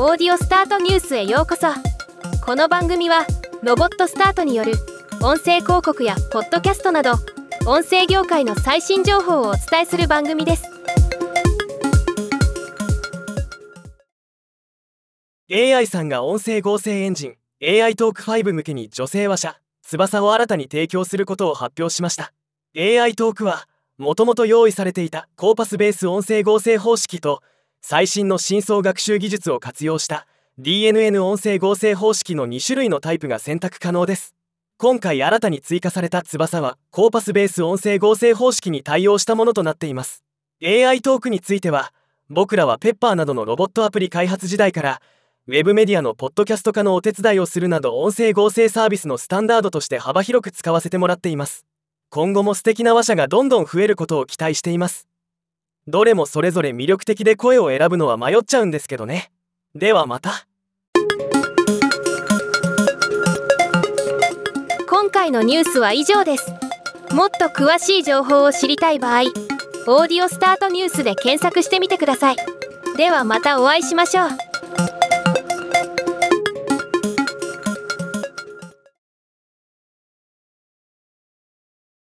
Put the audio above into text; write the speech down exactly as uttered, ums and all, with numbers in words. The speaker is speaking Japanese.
オーディオスタートニュースへようこそ。この番組はロボットスタートによる音声広告やポッドキャストなど音声業界の最新情報をお伝えする番組です。 エーアイ さんが音声合成エンジン エーアイ トークファイブ向けに女性話者翼を新たに提供することを発表しました。 エーアイ トークはもともと用意されていたコーパスベース音声合成方式と最新の深層学習技術を活用した ディーエヌエヌ 音声合成方式のに種類のタイプが選択可能です。今回新たに追加された翼はコーパスベース音声合成方式に対応したものとなっています。 エーアイ トークについては僕らはペッパーなどのロボットアプリ開発時代からウェブメディアのポッドキャスト化のお手伝いをするなど音声合成サービスのスタンダードとして幅広く使わせてもらっています。今後も素敵な話者がどんどん増えることを期待しています。どれもそれぞれ魅力的で声を選ぶのは迷っちゃうんですけどね。ではまた。 今回のニュースは以上です。もっと詳しい情報を知りたい場合、オーディオスタートニュースで検索してみてください。ではまたお会いしましょう。